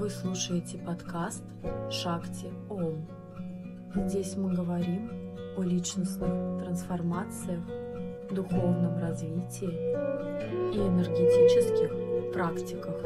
Вы слушаете подкаст «Шакти Ом». Здесь мы говорим о личностных трансформациях, духовном развитии и энергетических практиках.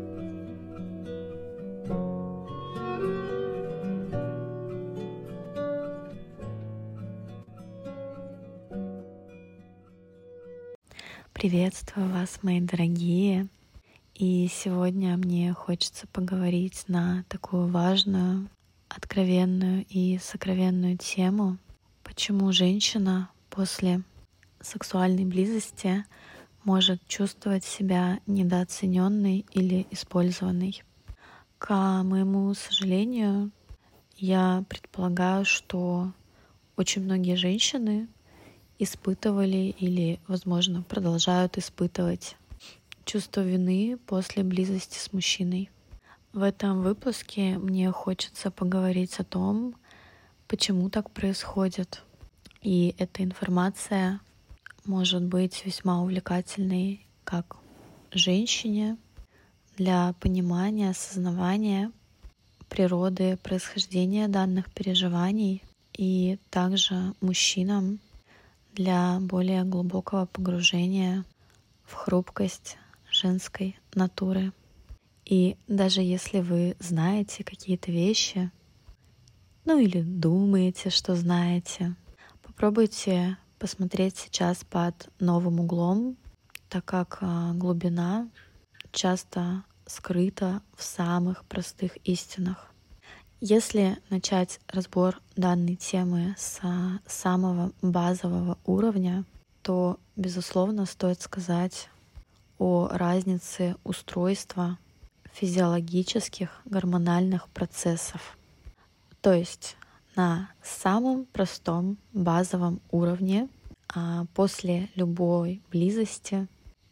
Приветствую вас, мои дорогие! И сегодня мне хочется поговорить на такую важную, откровенную и сокровенную тему, почему женщина после сексуальной близости может чувствовать себя недооцененной или использованной. К моему сожалению, я предполагаю, что очень многие женщины испытывали или, возможно, продолжают испытывать чувство вины после близости с мужчиной. В этом выпуске мне хочется поговорить о том, почему так происходит. И эта информация может быть весьма увлекательной как женщине для понимания, осознавания природы происхождения данных переживаний, и также мужчинам для более глубокого погружения в хрупкость женской натуры. И даже если вы знаете какие-то вещи, или думаете, что знаете, попробуйте посмотреть сейчас под новым углом, так как глубина часто скрыта в самых простых истинах. Если начать разбор данной темы с самого базового уровня, то, безусловно, стоит сказать о разнице устройства физиологических гормональных процессов. То есть на самом простом базовом уровне после любой близости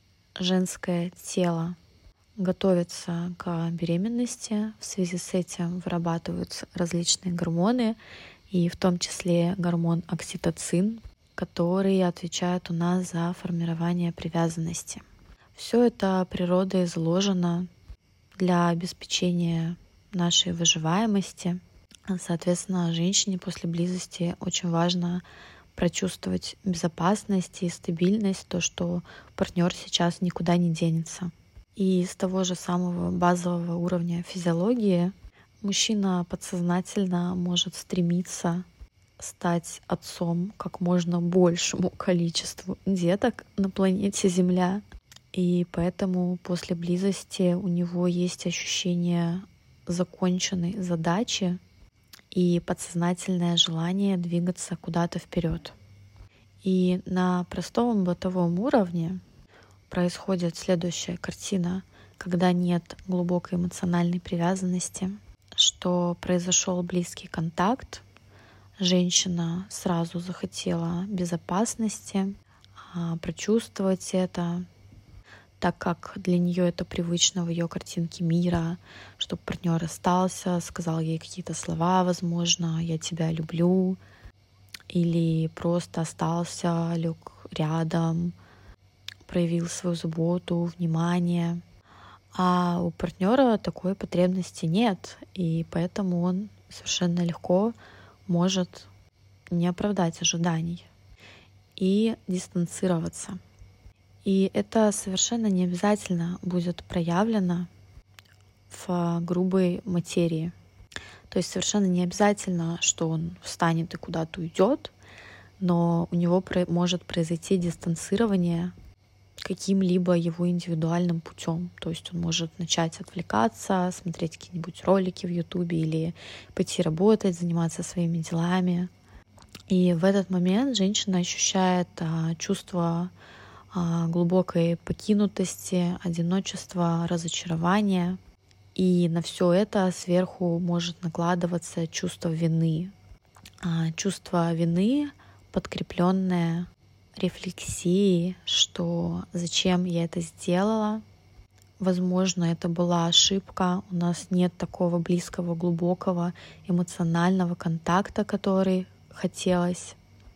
женское тело готовится к беременности. В связи с этим вырабатываются различные гормоны, и в том числе гормон окситоцин, который отвечает у нас за формирование привязанности. Все это природой заложено для обеспечения нашей выживаемости. Соответственно, женщине после близости очень важно прочувствовать безопасность и стабильность, то, что партнер сейчас никуда не денется. И с того же самого базового уровня физиологии мужчина подсознательно может стремиться стать отцом как можно большему количеству деток на планете Земля. И поэтому после близости у него есть ощущение законченной задачи и подсознательное желание двигаться куда-то вперед. И на простом бытовом уровне происходит следующая картина, когда нет глубокой эмоциональной привязанности, что произошел близкий контакт, женщина сразу захотела безопасности, прочувствовать это, так как для нее это привычно в ее картинке мира, чтобы партнер остался, сказал ей какие-то слова, возможно, «я тебя люблю», или просто остался, лег рядом, проявил свою заботу, внимание. А у партнера такой потребности нет, и поэтому он совершенно легко может не оправдать ожиданий и дистанцироваться. И это совершенно не обязательно будет проявлено в грубой материи. То есть совершенно не обязательно, что он встанет и куда-то уйдет, но у него может произойти дистанцирование каким-либо его индивидуальным путем. То есть он может начать отвлекаться, смотреть какие-нибудь ролики в Ютубе или пойти работать, заниматься своими делами. И в этот момент женщина ощущает чувство глубокой покинутости, одиночества, разочарования. И на все это сверху может накладываться чувство вины. Чувство вины, подкрепленное рефлексией, что зачем я это сделала. Возможно, это была ошибка. У нас нет такого близкого, глубокого эмоционального контакта, который хотелось.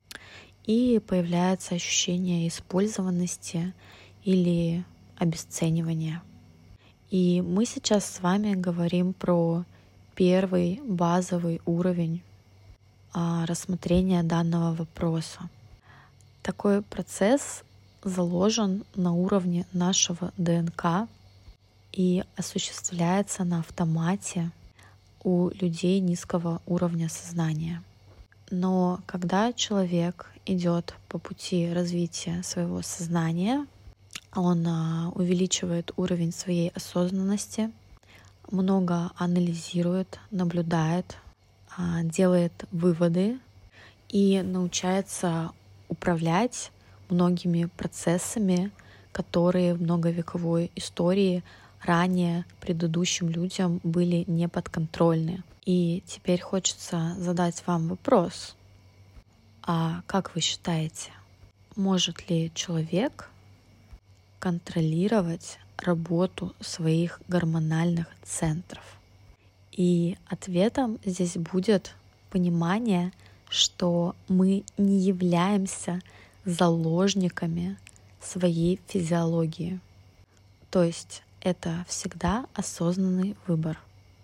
И появляется ощущение использованности или обесценивания. И мы сейчас с вами говорим про первый базовый уровень рассмотрения данного вопроса. Такой процесс заложен на уровне нашего ДНК и осуществляется на автомате у людей низкого уровня сознания. Но когда человек идет по пути развития своего сознания, он увеличивает уровень своей осознанности, много анализирует, наблюдает, делает выводы и научается управлять многими процессами, которые в многовековой истории ранее предыдущим людям были неподконтрольны. И теперь хочется задать вам вопрос. А как вы считаете, может ли человек контролировать работу своих гормональных центров? И ответом здесь будет понимание, что мы не являемся заложниками своей физиологии. То есть это всегда осознанный выбор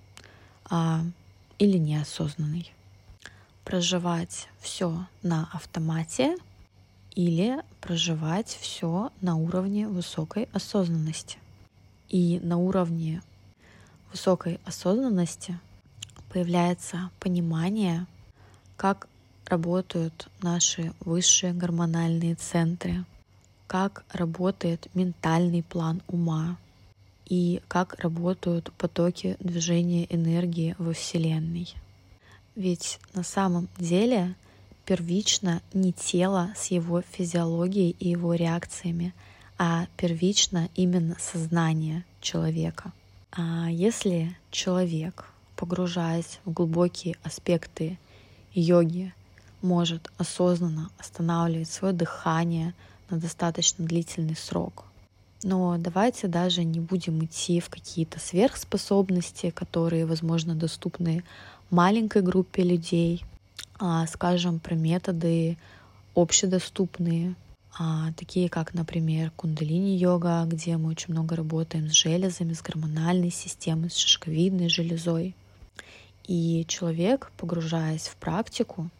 или неосознанный. Проживать все на автомате или проживать все на уровне высокой осознанности. И на уровне высокой осознанности появляется понимание, как работают наши высшие гормональные центры, как работает ментальный план ума и как работают потоки движения энергии во Вселенной. Ведь на самом деле первично не тело с его физиологией и его реакциями, а первично именно сознание человека. А если человек, погружаясь в глубокие аспекты йоги, может осознанно останавливать свое дыхание на достаточно длительный срок. Но давайте даже не будем идти в какие-то сверхспособности, которые, возможно, доступны маленькой группе людей, скажем, про методы общедоступные, такие как, например, кундалини-йога, где мы очень много работаем с железами, с гормональной системой, с шишковидной железой. И человек, погружаясь в практику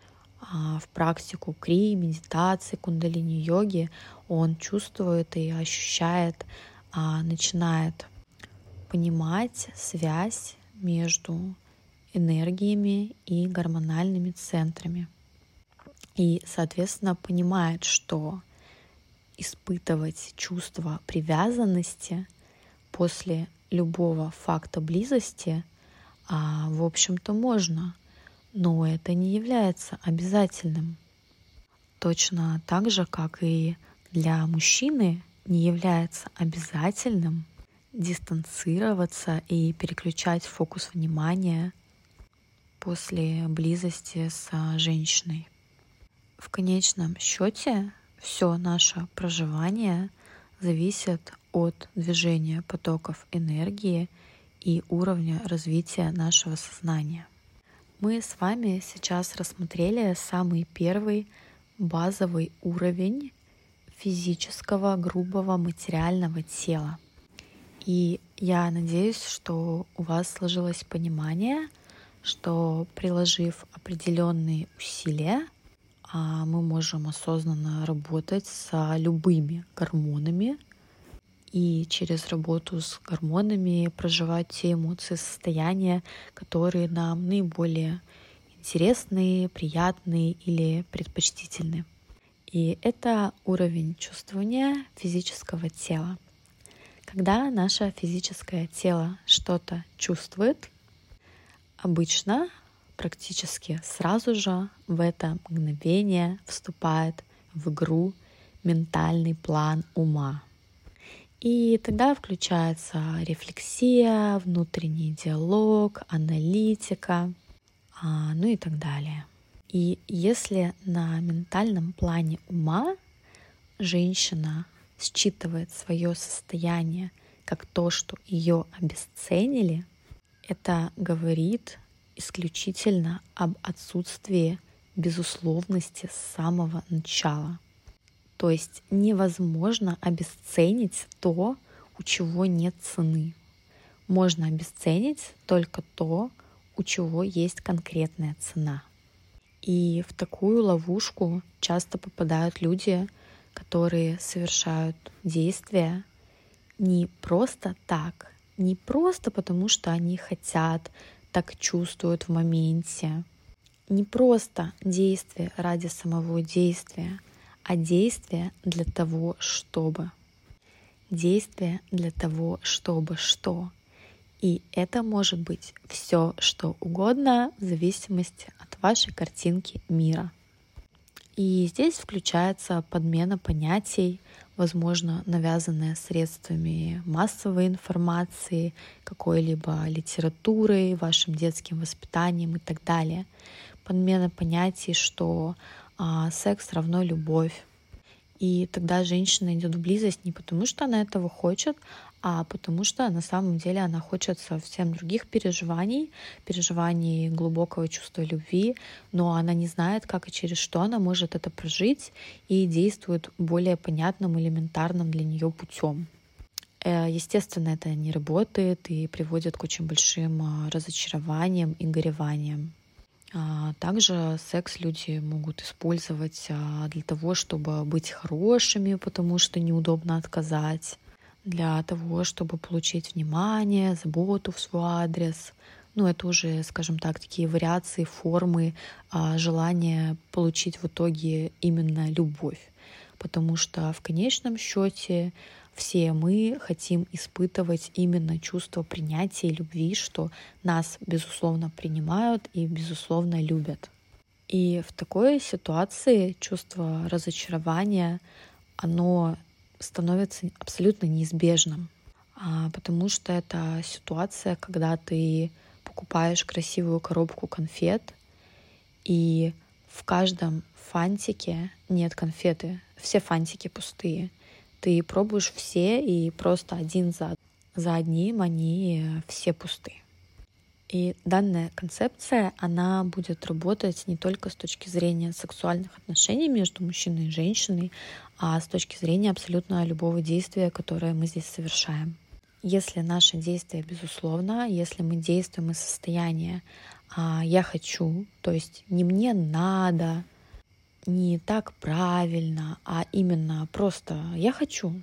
крии, медитации, кундалини-йоги, он чувствует и ощущает, начинает понимать связь между энергиями и гормональными центрами. И, соответственно, понимает, что испытывать чувство привязанности после любого факта близости, в общем-то, можно, но это не является обязательным. Точно так же, как и для мужчины не является обязательным дистанцироваться и переключать фокус внимания после близости с женщиной. В конечном счете все наше проживание зависит от движения потоков энергии и уровня развития нашего сознания. Мы с вами сейчас рассмотрели самый первый базовый уровень физического, грубого, материального тела. И я надеюсь, что у вас сложилось понимание, что, приложив определенные усилия, мы можем осознанно работать с любыми гормонами и через работу с гормонами проживать те эмоции, состояния, которые нам наиболее интересны, приятны или предпочтительны. И это уровень чувствования физического тела. Когда наше физическое тело что-то чувствует, обычно практически сразу же в это мгновение вступает в игру ментальный план ума. И тогда включается рефлексия, внутренний диалог, аналитика, ну и так далее. И если на ментальном плане ума женщина считывает свое состояние как то, что ее обесценили, это говорит исключительно об отсутствии безусловности с самого начала. То есть невозможно обесценить то, у чего нет цены. можно обесценить только то, у чего есть конкретная цена. И в такую ловушку часто попадают люди, которые совершают действия не просто так, не просто потому, что они хотят, так чувствуют в моменте, не просто действие ради самого действия, а действие для того, чтобы. Действие для того, чтобы что. И это может быть все, что угодно, в зависимости от вашей картинки мира. И здесь включается подмена понятий, возможно, навязанная средствами массовой информации, какой-либо литературой, вашим детским воспитанием и так далее. Подмена понятий, что секс равно любовь. И тогда женщина идет в близость не потому, что она этого хочет, а потому что на самом деле она хочет совсем других переживаний глубокого чувства любви, но она не знает, как и через что она может это прожить, и действует более понятным, элементарным для нее путем. Естественно, это не работает и приводит к очень большим разочарованиям и гореваниям. Также секс люди могут использовать для того, чтобы быть хорошими, потому что неудобно отказать, для того, чтобы получить внимание, заботу в свой адрес. Это уже, скажем так, такие вариации, формы желания получить в итоге именно любовь. Потому что в конечном счете все мы хотим испытывать именно чувство принятия и любви, что нас, безусловно, принимают и, безусловно, любят. И в такой ситуации чувство разочарования, оно становится абсолютно неизбежным, потому что это ситуация, когда ты покупаешь красивую коробку конфет, и в каждом фантике нет конфеты, все фантики пустые. Ты пробуешь все, и просто один за одним они все пусты. И данная концепция, она будет работать не только с точки зрения сексуальных отношений между мужчиной и женщиной, а с точки зрения абсолютно любого действия, которое мы здесь совершаем. Если наше действие, безусловно, если мы действуем из состояния «я хочу», то есть не «мне надо», не так правильно, а именно просто «я хочу».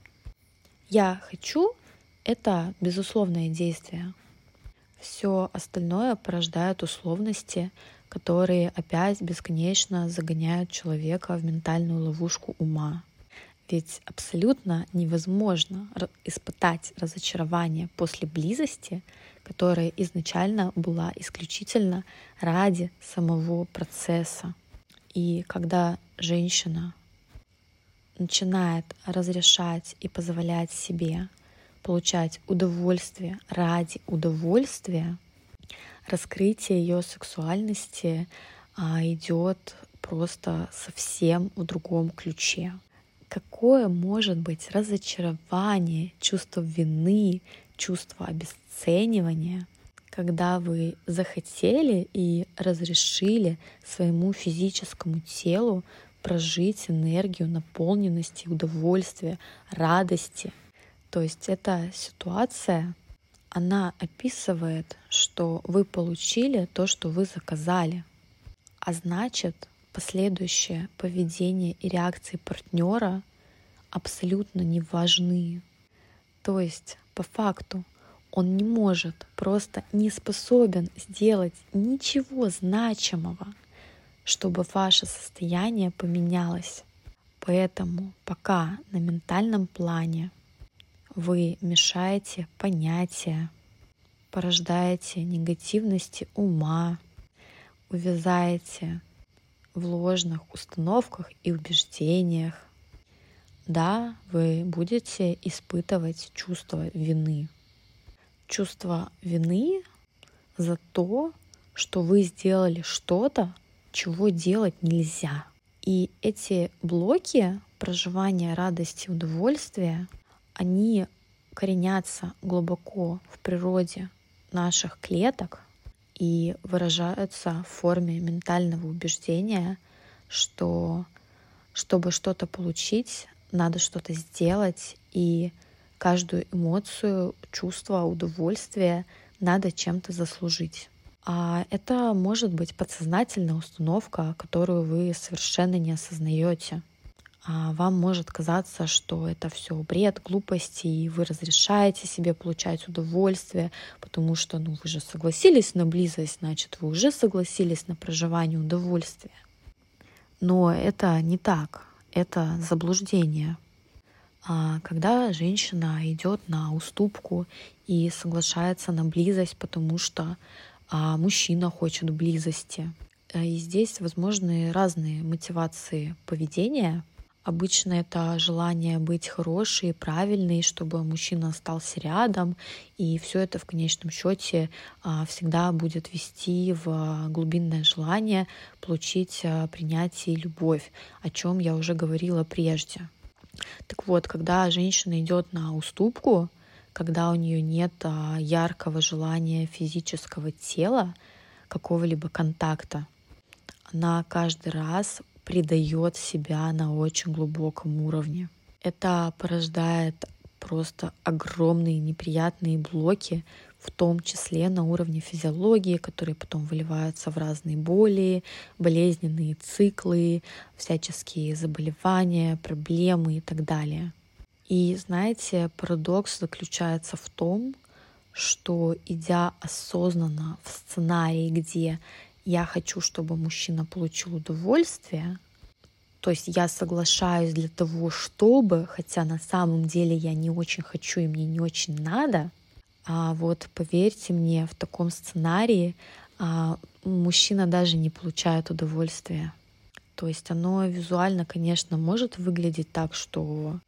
«Я хочу» — это безусловное действие. Все остальное порождает условности, которые опять бесконечно загоняют человека в ментальную ловушку ума. Ведь абсолютно невозможно испытать разочарование после близости, которая изначально была исключительно ради самого процесса. И когда женщина начинает разрешать и позволять себе получать удовольствие ради удовольствия, раскрытие ее сексуальности идет просто совсем в другом ключе. Какое может быть разочарование, чувство вины, чувство обесценивания, когда вы захотели и разрешили своему физическому телу прожить энергию наполненности, удовольствия, радости. То есть эта ситуация, она описывает, что вы получили то, что вы заказали, а значит, последующее поведение и реакции партнера абсолютно не важны. То есть, по факту, он не может, просто не способен сделать ничего значимого, чтобы ваше состояние поменялось. Поэтому пока на ментальном плане вы мешаете понятия, порождаете негативности ума, увязаете в ложных установках и убеждениях, да, вы будете испытывать чувство вины. Чувство вины за то, что вы сделали что-то, чего делать нельзя. И эти блоки проживания радости и удовольствия, они коренятся глубоко в природе наших клеток и выражаются в форме ментального убеждения, что чтобы что-то получить, надо что-то сделать, и каждую эмоцию, чувство, удовольствие надо чем-то заслужить. А это может быть подсознательная установка, которую вы совершенно не осознаете. Вам может казаться, что это все бред, глупости, и вы разрешаете себе получать удовольствие, потому что вы же согласились на близость, значит, вы уже согласились на проживание удовольствия. Но это не так, это заблуждение. Когда женщина идет на уступку и соглашается на близость, потому что мужчина хочет близости, и здесь возможны разные мотивации поведения. Обычно это желание быть хорошей и правильной, чтобы мужчина остался рядом, и все это в конечном счете всегда будет вести в глубинное желание получить принятие и любовь, о чем я уже говорила прежде. Так вот, когда женщина идет на уступку, когда у нее нет яркого желания физического тела, какого-либо контакта, она каждый раз предает себя на очень глубоком уровне. Это порождает просто огромные неприятные блоки, в том числе на уровне физиологии, которые потом выливаются в разные боли, болезненные циклы, всяческие заболевания, проблемы и так далее. И знаете, парадокс заключается в том, что идя осознанно в сценарий, где я хочу, чтобы мужчина получил удовольствие, то есть я соглашаюсь для того, чтобы, хотя на самом деле я не очень хочу и мне не очень надо, вот поверьте мне, в таком сценарии мужчина даже не получает удовольствия. То есть оно визуально, конечно, может выглядеть так, что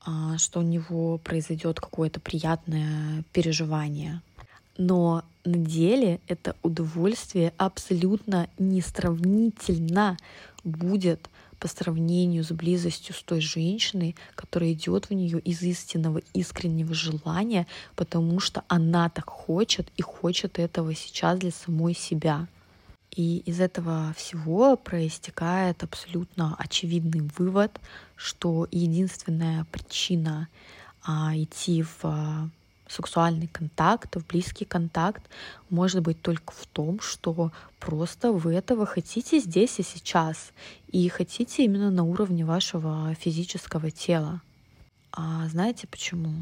у него произойдет какое-то приятное переживание. Но на деле это удовольствие абсолютно несравнительно будет по сравнению с близостью с той женщиной, которая идет в нее из истинного, искреннего желания, потому что она так хочет и хочет этого сейчас для самой себя. И из этого всего проистекает абсолютно очевидный вывод, что единственная причина идти в сексуальный контакт, в близкий контакт может быть только в том, что просто вы этого хотите здесь и сейчас, и хотите именно на уровне вашего физического тела. Знаете почему?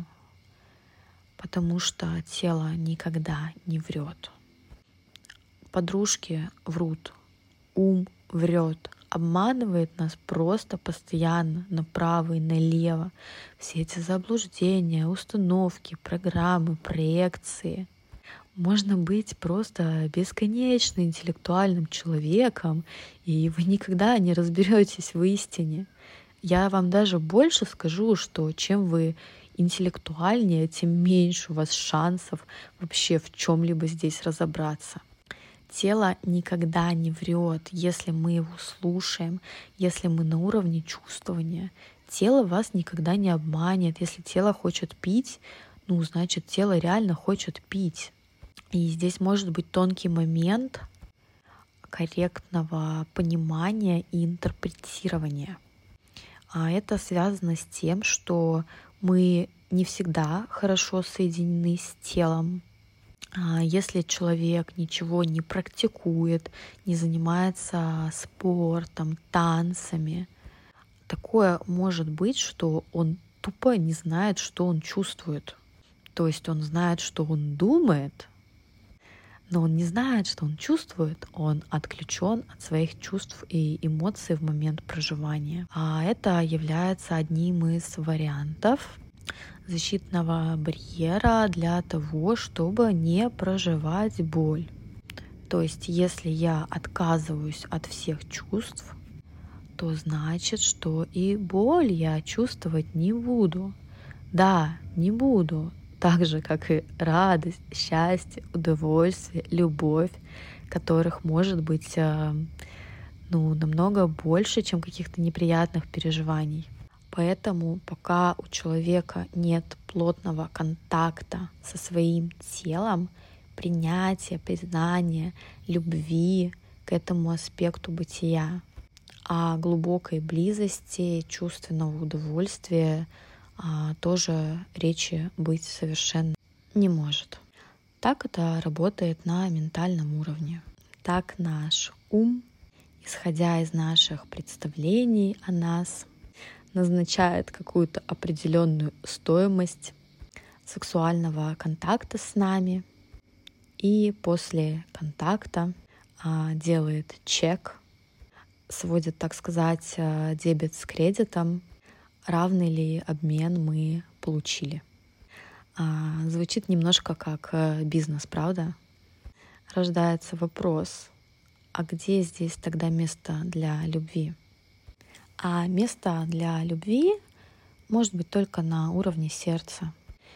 Потому что тело никогда не врет. Подружки врут, ум врет, обманывает нас просто постоянно направо и налево. Все эти заблуждения, установки, программы, проекции. Можно быть просто бесконечно интеллектуальным человеком, и вы никогда не разберетесь в истине. Я вам даже больше скажу, что чем вы интеллектуальнее, тем меньше у вас шансов вообще в чем-либо здесь разобраться. Тело никогда не врет, если мы его слушаем, если мы на уровне чувствования. Тело вас никогда не обманет. Если тело хочет пить, значит, тело реально хочет пить. И здесь может быть тонкий момент корректного понимания и интерпретирования. Это связано с тем, что мы не всегда хорошо соединены с телом. Если человек ничего не практикует, не занимается спортом, танцами, такое может быть, что он тупо не знает, что он чувствует. То есть он знает, что он думает, но он не знает, что он чувствует. Он отключен от своих чувств и эмоций в момент проживания. Это является одним из вариантов защитного барьера для того, чтобы не проживать боль. То есть, если я отказываюсь от всех чувств, то значит, что и боль я чувствовать не буду. Да, не буду. Так же, как и радость, счастье, удовольствие, любовь, которых может быть намного больше, чем каких-то неприятных переживаний. Поэтому пока у человека нет плотного контакта со своим телом, принятия, признания, любви к этому аспекту бытия, глубокой близости, чувственного удовольствия, тоже речи быть совершенно не может. Так это работает на ментальном уровне. Так наш ум, исходя из наших представлений о нас, назначает какую-то определенную стоимость сексуального контакта с нами, и после контакта делает чек, сводит, так сказать, дебет с кредитом, равный ли обмен мы получили. Звучит немножко как бизнес, правда? Рождается вопрос, а где здесь тогда место для любви? А место для любви может быть только на уровне сердца.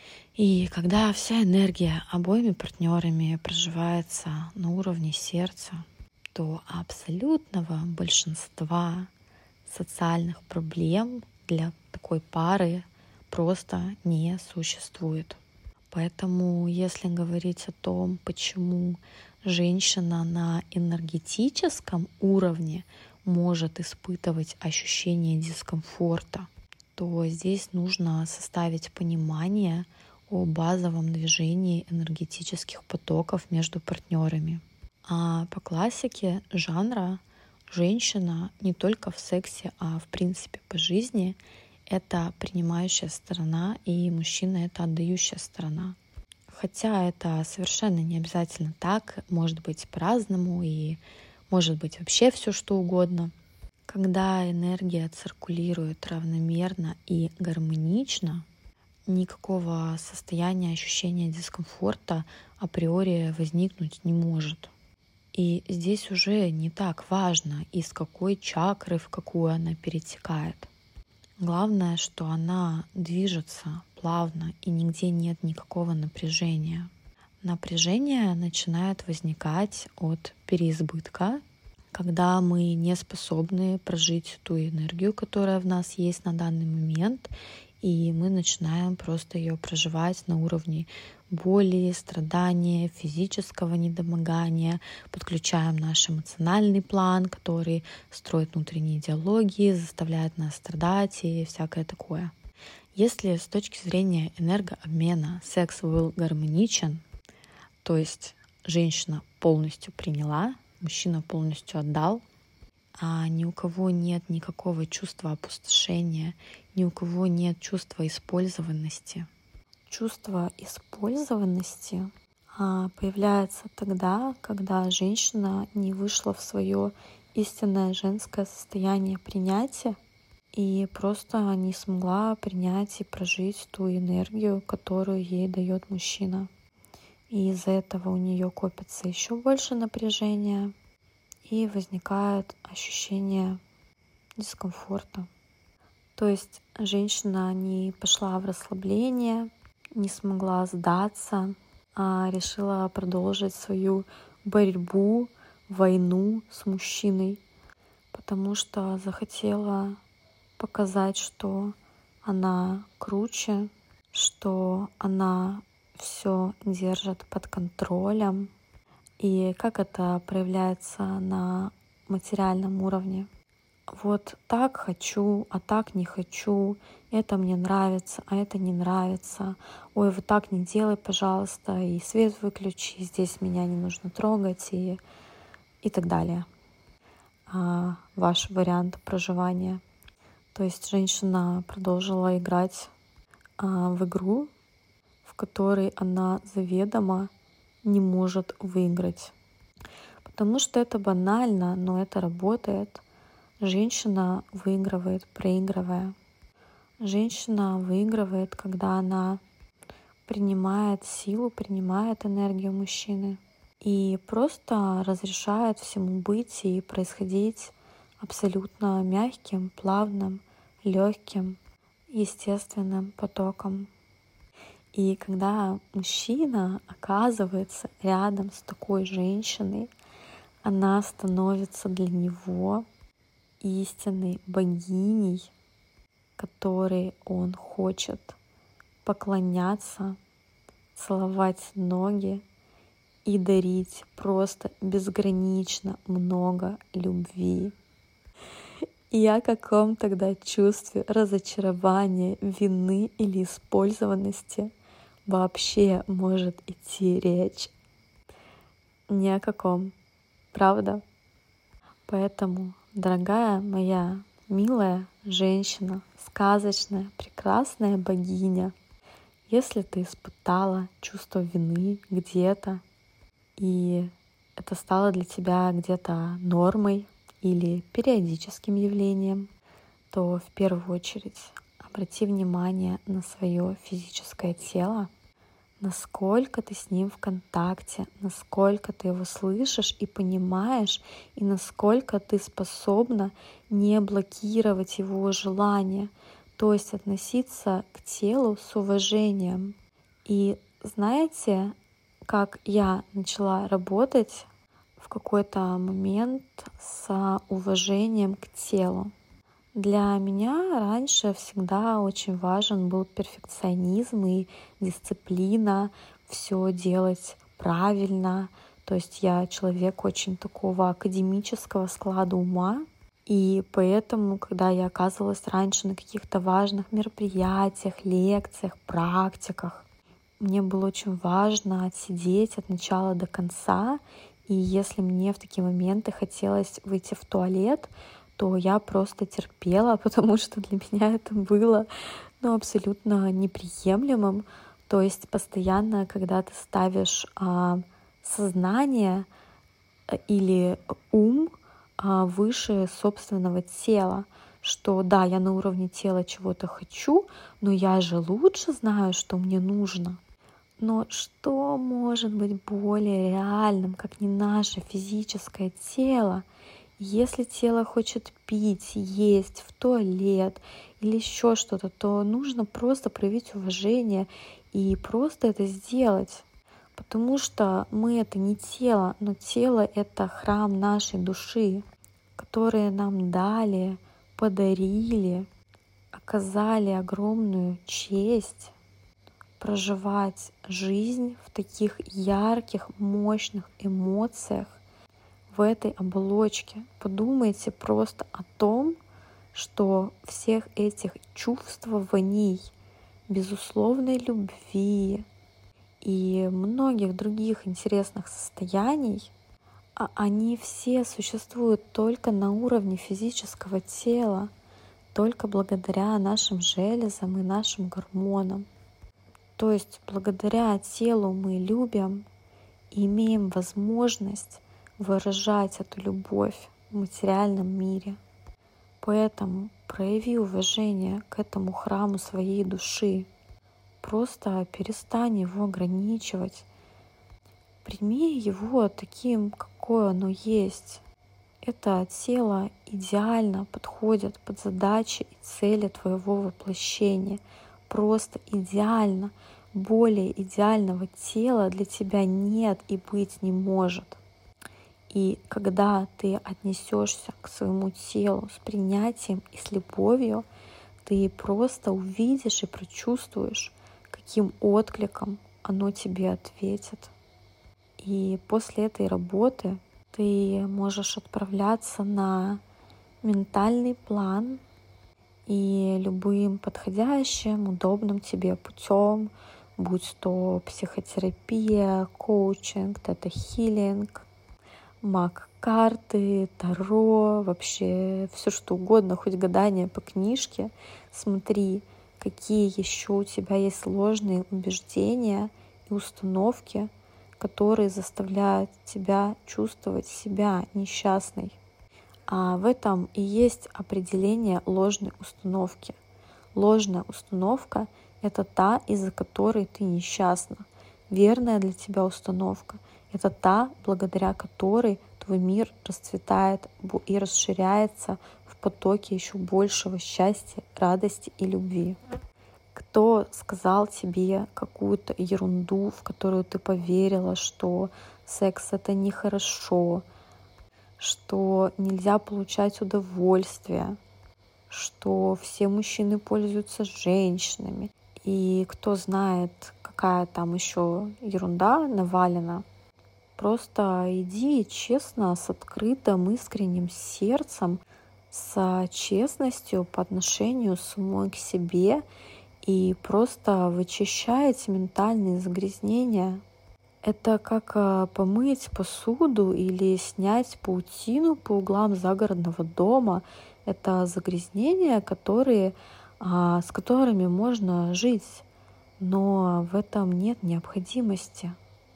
И когда вся энергия обоими партнерами проживается на уровне сердца, то абсолютного большинства социальных проблем для такой пары просто не существует. Поэтому, если говорить о том, почему женщина на энергетическом уровне может испытывать ощущение дискомфорта, то здесь нужно составить понимание о базовом движении энергетических потоков между партнерами. А по классике жанра женщина не только в сексе, а в принципе по жизни — это принимающая сторона, и мужчина — это отдающая сторона. Хотя это совершенно не обязательно так, может быть по-разному, и может быть вообще все что угодно. Когда энергия циркулирует равномерно и гармонично, никакого состояния ощущения дискомфорта априори возникнуть не может. И здесь уже не так важно, из какой чакры в какую она перетекает. Главное, что она движется плавно и нигде нет никакого напряжения. Напряжение начинает возникать от переизбытка, когда мы не способны прожить ту энергию, которая в нас есть на данный момент, и мы начинаем просто ее проживать на уровне боли, страдания, физического недомогания, подключаем наш эмоциональный план, который строит внутренние диалоги, заставляет нас страдать и всякое такое. Если с точки зрения энергообмена секс был гармоничен, то есть женщина полностью приняла, мужчина полностью отдал, а ни у кого нет никакого чувства опустошения, ни у кого нет чувства использованности. Чувство использованности появляется тогда, когда женщина не вышла в свое истинное женское состояние принятия и просто не смогла принять и прожить ту энергию, которую ей дает мужчина. И из-за этого у нее копится еще больше напряжения, и возникает ощущение дискомфорта. То есть женщина не пошла в расслабление, не смогла сдаться, а решила продолжить свою борьбу, войну с мужчиной, потому что захотела показать, что она круче, что она все держит под контролем. И как это проявляется на материальном уровне. Вот так хочу, а так не хочу. Это мне нравится, а это не нравится. Ой, вот так не делай, пожалуйста. И свет выключи, здесь меня не нужно трогать и так далее. Ваш вариант проживания. То есть женщина продолжила играть в игру, в которой она заведомо не может выиграть. Потому что это банально, но это работает. Женщина выигрывает, проигрывая. Женщина выигрывает, когда она принимает силу, принимает энергию мужчины и просто разрешает всему быть и происходить абсолютно мягким, плавным, легким, естественным потоком. И когда мужчина оказывается рядом с такой женщиной, она становится для него истинной богиней, которой он хочет поклоняться, целовать ноги и дарить просто безгранично много любви. И о каком тогда чувстве разочарования, вины или использованности вообще может идти речь? Ни о каком, правда? Поэтому, дорогая моя милая женщина, сказочная, прекрасная богиня, если ты испытала чувство вины где-то, и это стало для тебя где-то нормой или периодическим явлением, то в первую очередь обрати внимание на свое физическое тело, насколько ты с ним в контакте, насколько ты его слышишь и понимаешь, и насколько ты способна не блокировать его желания, то есть относиться к телу с уважением. И знаете, как я начала работать в какой-то момент с уважением к телу? Для меня раньше всегда очень важен был перфекционизм и дисциплина, все делать правильно. То есть я человек очень такого академического склада ума. И поэтому, когда я оказывалась раньше на каких-то важных мероприятиях, лекциях, практиках, мне было очень важно отсидеть от начала до конца. И если мне в такие моменты хотелось выйти в туалет, то я просто терпела, потому что для меня это было абсолютно неприемлемым. То есть постоянно, когда ты ставишь сознание или ум выше собственного тела, что да, я на уровне тела чего-то хочу, но я же лучше знаю, что мне нужно. Но что может быть более реальным, как не наше физическое тело? Если тело хочет пить, есть, в туалет или еще что-то, то нужно просто проявить уважение и просто это сделать. Потому что мы — это не тело, но тело — это храм нашей души, которые нам дали, подарили, оказали огромную честь проживать жизнь в таких ярких, мощных эмоциях, в этой оболочке. Подумайте просто о том, что всех этих чувствований, безусловной любви и многих других интересных состояний, они все существуют только на уровне физического тела, только благодаря нашим железам и нашим гормонам. То есть благодаря телу мы любим и имеем возможность выражать эту любовь в материальном мире. Поэтому прояви уважение к этому храму своей души. Просто перестань его ограничивать. Прими его таким, какое оно есть. Это тело идеально подходит под задачи и цели твоего воплощения. Просто идеально. Более идеального тела для тебя нет и быть не может. И когда ты отнесешься к своему телу с принятием и с любовью, ты просто увидишь и прочувствуешь, каким откликом оно тебе ответит. И после этой работы ты можешь отправляться на ментальный план и любым подходящим, удобным тебе путем, будь то психотерапия, коучинг, тета-хилинг, маг-карты, таро, вообще все что угодно, хоть гадание по книжке. Смотри, какие еще у тебя есть сложные убеждения и установки, которые заставляют тебя чувствовать себя несчастной. А в этом и есть определение ложной установки. Ложная установка — это та, из-за которой ты несчастна. Верная для тебя установка — это та, благодаря которой твой мир расцветает и расширяется в потоке еще большего счастья, радости и любви. Кто сказал тебе какую-то ерунду, в которую ты поверила, что секс — это нехорошо, что нельзя получать удовольствие, что все мужчины пользуются женщинами, и кто знает, какая там еще ерунда навалена. Просто иди честно, с открытым, искренним сердцем с честностью по отношению самой к себе и просто вычищаете ментальные загрязнения. Это как помыть посуду или снять паутину по углам загородного дома. Это загрязнения, с которыми можно жить, но в этом нет необходимости.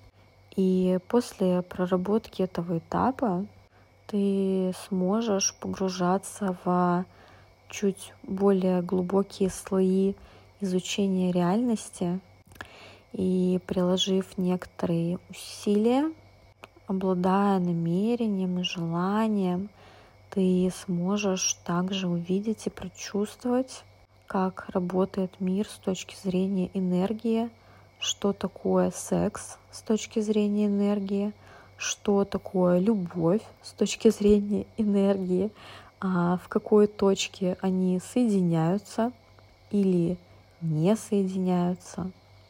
И после проработки этого этапа ты сможешь погружаться в чуть более глубокие слои изучения реальности и, приложив некоторые усилия, обладая намерением и желанием, ты сможешь также увидеть и прочувствовать, как работает мир с точки зрения энергии, что такое секс с точки зрения энергии, что такое любовь с точки зрения энергии, в какой точке они соединяются или не соединяются.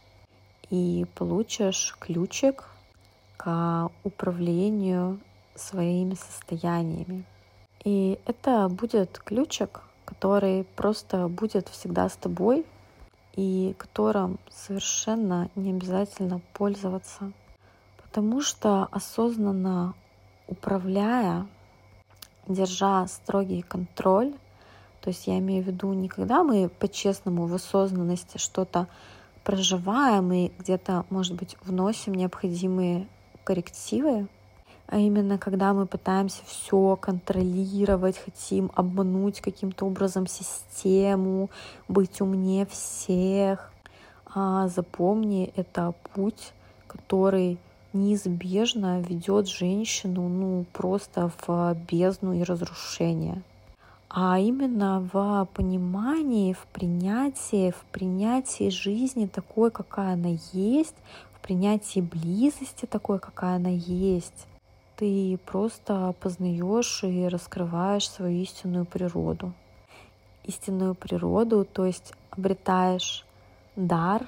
И получишь ключик к управлению своими состояниями. И это будет ключик, который просто будет всегда с тобой и которым совершенно не обязательно пользоваться. Потому что осознанно управляя, держа строгий контроль, то есть я имею в виду не когда мы по-честному в осознанности что-то проживаем и где-то, может быть, вносим необходимые коррективы, а именно когда мы пытаемся все контролировать, хотим обмануть каким-то образом систему, быть умнее всех. Запомни, это путь, который неизбежно ведет женщину просто в бездну и разрушение. А именно в понимании, в принятии жизни такой, какая она есть, в принятии близости такой, какая она есть, ты просто познаешь и раскрываешь свою истинную природу. Истинную природу, то есть обретаешь дар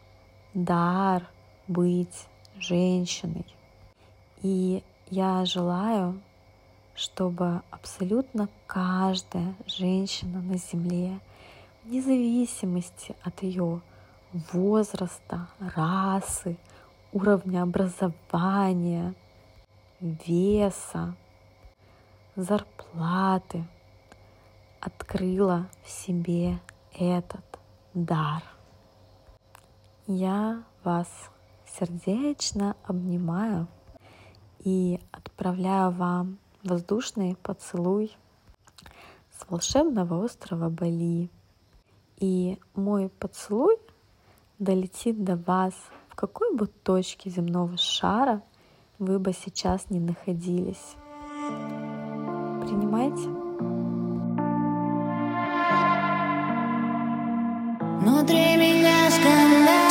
быть женщиной. И я желаю, чтобы абсолютно каждая женщина на Земле, вне зависимости от ее возраста, расы, уровня образования, веса, зарплаты, открыла в себе этот дар. Я вас сердечно обнимаю и отправляю вам воздушный поцелуй с волшебного острова Бали. И мой поцелуй долетит до вас, в какой бы точке земного шара вы бы сейчас не находились. Принимайте. Внутри меня скандал.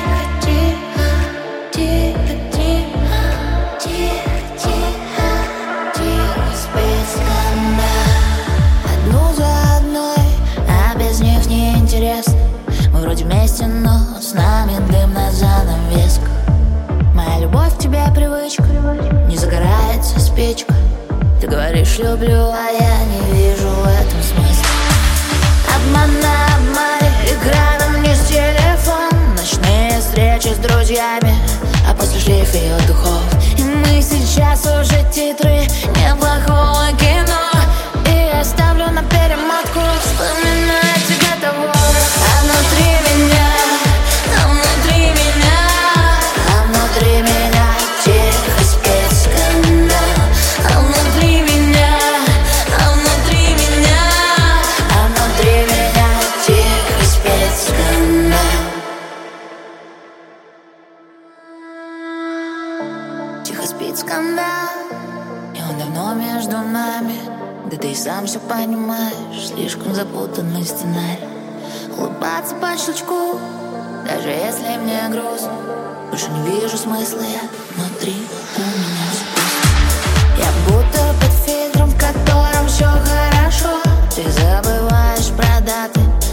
Тихо спит скандал. Одну за одной, а без них неинтересно. Мы вроде вместе, но с нами дым на занавеску. Моя любовь к тебе привычка, не загорается спичка. Ты говоришь люблю, а я не вижу в этом смысла. Обман на обмане, игра на мне с телефон. Ночные встречи с друзьями, а после шлейф ее духов. И мы сейчас уже титры неплохого кино. И я ставлю на перемотку, вспоминая тебя того. А внутри меня, а внутри меня, а внутри меня тихо спит скандал. А внутри меня, а внутри меня, а внутри меня тихо спит скандал. Тихо спит скандал, и он давно между нами. Да ты и сам все понимаешь, слишком запутанный сценарий. Улыбаться по щелчку, даже если мне грустно. Больше не вижу смысла, я внутри, у меня все пусто. Я будто под фильтром, в котором все хорошо. Ты забываешь про даты,